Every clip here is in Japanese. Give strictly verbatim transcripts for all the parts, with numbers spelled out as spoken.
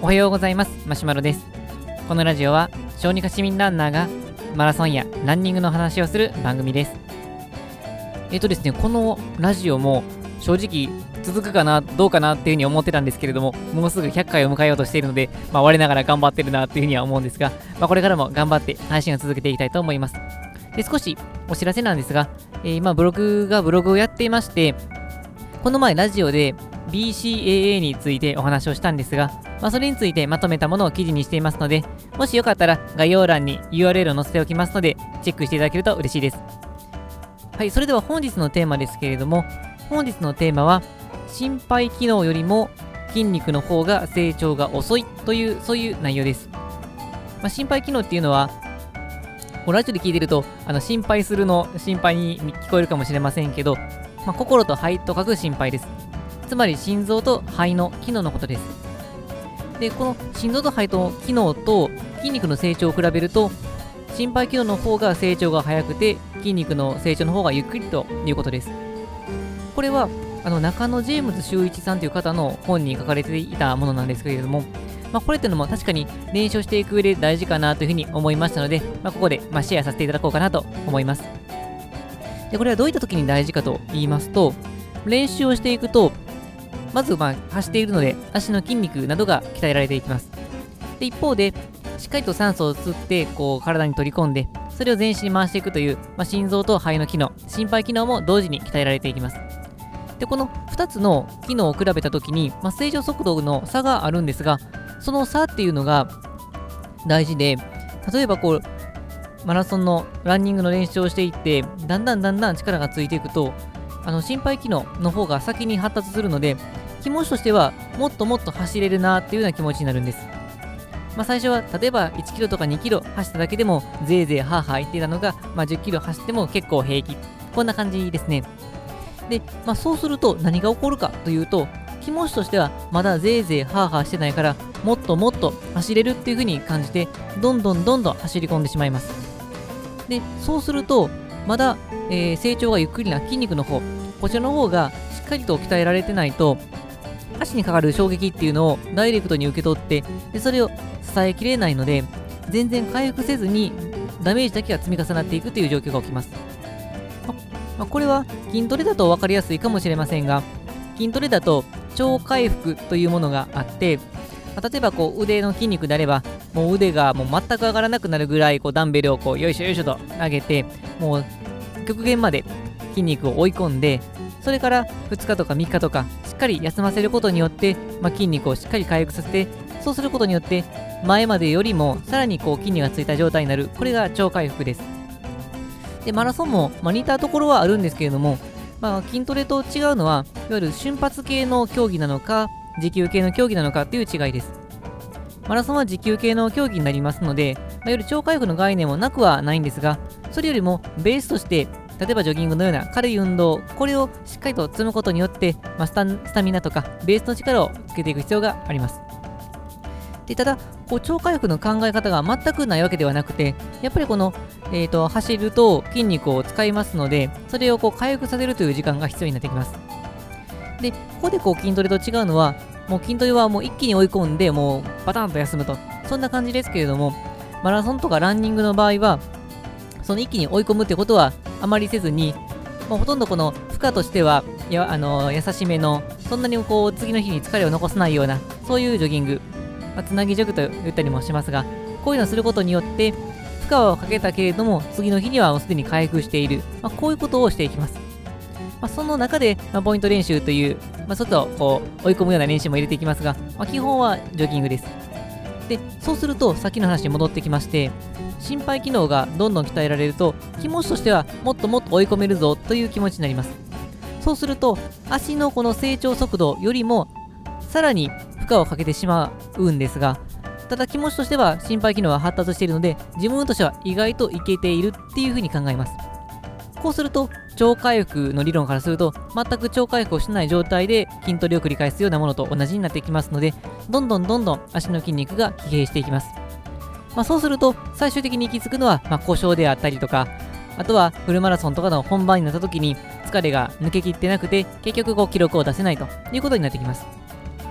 おはようございます。マシュマロです。このラジオは小児科市民ランナーがマラソンやランニングの話をする番組です。えっとですね、このラジオも正直続くかな、どうかなっていうふうに思ってたんですけれども、もうすぐひゃっかいを迎えようとしているので、まあ、我ながら頑張ってるなっていうふうには思うんですが、まあ、これからも頑張って配信を続けていきたいと思います。で、少しお知らせなんですが、えー、今ブログがブログをやっていまして、この前ラジオで ビーシーエーエー についてお話をしたんですが、まあ、それについてまとめたものを記事にしていますので、もしよかったら概要欄に ユーアールエル を載せておきますので、チェックしていただけると嬉しいです。はい、それでは本日のテーマですけれども、本日のテーマは、心肺機能よりも筋肉の方が成長が遅いという、そういう内容です。まあ、心肺機能っていうのは、こうラジオで聞いてると、あの心配するの心配に聞こえるかもしれませんけど、まあ、心と肺と書く心配です。つまり心臓と肺の機能のことです。で、この心臓と肺の機能と筋肉の成長を比べると、心肺機能の方が成長が早くて、筋肉の成長の方がゆっくりということです。これはあの中野ジェームズ修一さんという方の本に書かれていたものなんですけれども、まあ、これっていうのも確かに練習していく上で大事かなというふうに思いましたので、まあ、ここでまあシェアさせていただこうかなと思います。で、これはどういった時に大事かと言いますと、練習をしていくと、まずまあ走っているので足の筋肉などが鍛えられていきます。で、一方でしっかりと酸素を吸ってこう体に取り込んで、それを全身に回していくという、まあ、心臓と肺の機能、心肺機能も同時に鍛えられていきます。で、このふたつの機能を比べたときに、まあ、成長速度の差があるんですが、その差っていうのが大事で、例えばこうマラソンのランニングの練習をしていって、だんだんだんだん力がついていくと、あの心肺機能の方が先に発達するので、気持ちとしてはもっともっと走れるなっていうような気持ちになるんです。まあ、最初は例えばいちキロとかにキロ走っただけでもぜいぜいハーハー言っていたのが、まあ、じゅっキロ走っても結構平気。こんな感じですね。で、まあ、そうすると何が起こるかというと、気持ちとしてはまだぜいぜいハーハーしてないから、もっともっと走れるっていう風に感じて、どんどんどんどん走り込んでしまいます。で、そうすると、まだ、えー成長がゆっくりな筋肉の方、こちらの方がしっかりと鍛えられてないと、足にかかる衝撃っていうのをダイレクトに受け取って、でそれを支えきれないので、全然回復せずにダメージだけが積み重なっていくという状況が起きます。ままあ、これは筋トレだと分かりやすいかもしれませんが、筋トレだと超回復というものがあって、まあ例えばこう腕の筋肉であれば、もう腕がもう全く上がらなくなるぐらいこうダンベルをこうよいしょよいしょと上げて、もう極限まで筋肉を追い込んで、それからふつかとかみっかとかしっかり休ませることによって、まあ、筋肉をしっかり回復させて、そうすることによって前までよりもさらにこう筋肉がついた状態になる。これが超回復です。で、マラソンも、まあ、似たところはあるんですけれども、まあ、筋トレと違うのは、いわゆる瞬発系の競技なのか持久系の競技なのかという違いです。マラソンは持久系の競技になりますので、まあ、いわゆる超回復の概念もなくはないんですが、それよりもベースとして例えばジョギングのような軽い運動、これをしっかりと積むことによって、まあ、スタスタミナとかベースの力をつけていく必要があります。で、ただこう超回復の考え方が全くないわけではなくて、やっぱりこの、えー、と走ると筋肉を使いますので、それをこう回復させるという時間が必要になってきます。で、ここでこう筋トレと違うのは、もう筋トレはもう一気に追い込んで、もうバタンと休むと、そんな感じですけれども、マラソンとかランニングの場合は、その一気に追い込むってことはあまりせずに、もうほとんどこの負荷としては、やあの優しめの、そんなにこう次の日に疲れを残さないような、そういうジョギング、まあ、つなぎジョグと言ったりもしますが、こういうのをすることによって、負荷をかけたけれども、次の日にはもうすでに回復している、まあ、こういうことをしていきます。まあ、その中で、まあ、ポイント練習という、まあ、ちょっとこう追い込むような練習も入れていきますが、まあ、基本はジョギングです。で、そうすると、さっきの話に戻ってきまして、心肺機能がどんどん鍛えられると、気持ちとしてはもっともっと追い込めるぞという気持ちになります。そうすると、足のこの成長速度よりもさらに負荷をかけてしまうんですが、ただ気持ちとしては心肺機能が発達しているので、自分としては意外といけているっていうふうに考えます。こうすると、超回復の理論からすると、全く超回復をしない状態で筋トレを繰り返すようなものと同じになってきますので、どんどんどんどん足の筋肉が疲弊していきます。まあ、そうすると、最終的に行き着くのは、まあ、故障であったりとか、あとはフルマラソンとかの本番になった時に疲れが抜けきってなくて、結局こう記録を出せないということになってきます。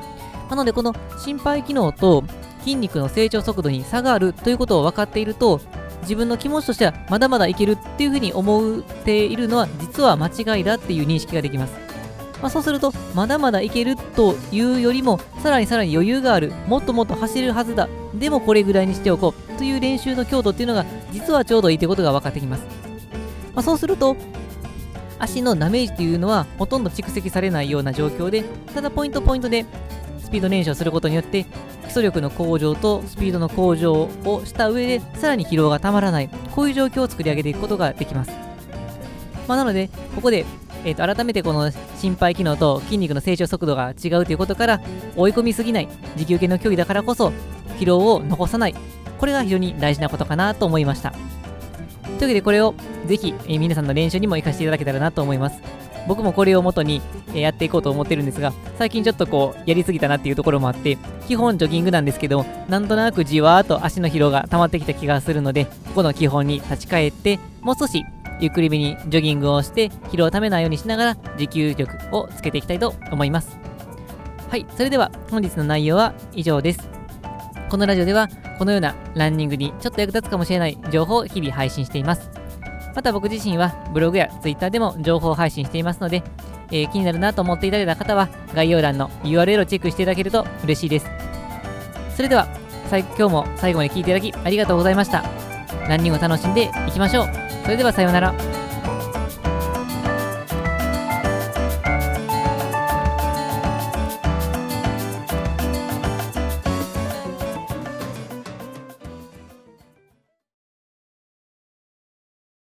なのでこの心肺機能と筋肉の成長速度に差があるということを分かっていると、自分の気持ちとしてはまだまだいけるっていうふうに思っているのは実は間違いだっていう認識ができます。まあ、そうするとまだまだいけるというよりもさらにさらに余裕がある、もっともっと走れるはずだ、でもこれぐらいにしておこうという練習の強度っていうのが実はちょうどいいということが分かってきます。まあ、そうすると足のダメージというのはほとんど蓄積されないような状況で、ただポイントポイントでスピード練習をすることによって基礎力の向上とスピードの向上をした上でさらに疲労がたまらない、こういう状況を作り上げていくことができます。まあ、なのでここで、えー、と改めてこの心肺機能と筋肉の成長速度が違うということから、追い込みすぎない持久系の競技だからこそ疲労を残さない、これが非常に大事なことかなと思いました。というわけでこれをぜひ、えー皆さんの練習にも活かしていただけたらなと思います。僕もこれを元に、えーやっていこうと思ってるんですが、最近ちょっとこうやりすぎたなっていうところもあって、基本ジョギングなんですけど、なんとなくじわーっと足の疲労が溜まってきた気がするので、ここの基本に立ち返ってもう少しゆっくりめにジョギングをして疲労をためないようにしながら持久力をつけていきたいと思います。はい、それでは本日の内容は以上です。このラジオではこのようなランニングにちょっと役立つかもしれない情報を日々配信しています。また僕自身はブログやツイッターでも情報を配信していますので、えー気になるなと思っていただいた方は概要欄の ユーアールエル をチェックしていただけると嬉しいです。それではさい今日も最後まで聞いていただきありがとうございました。ランニングを楽しんでいきましょう。それではさようなら。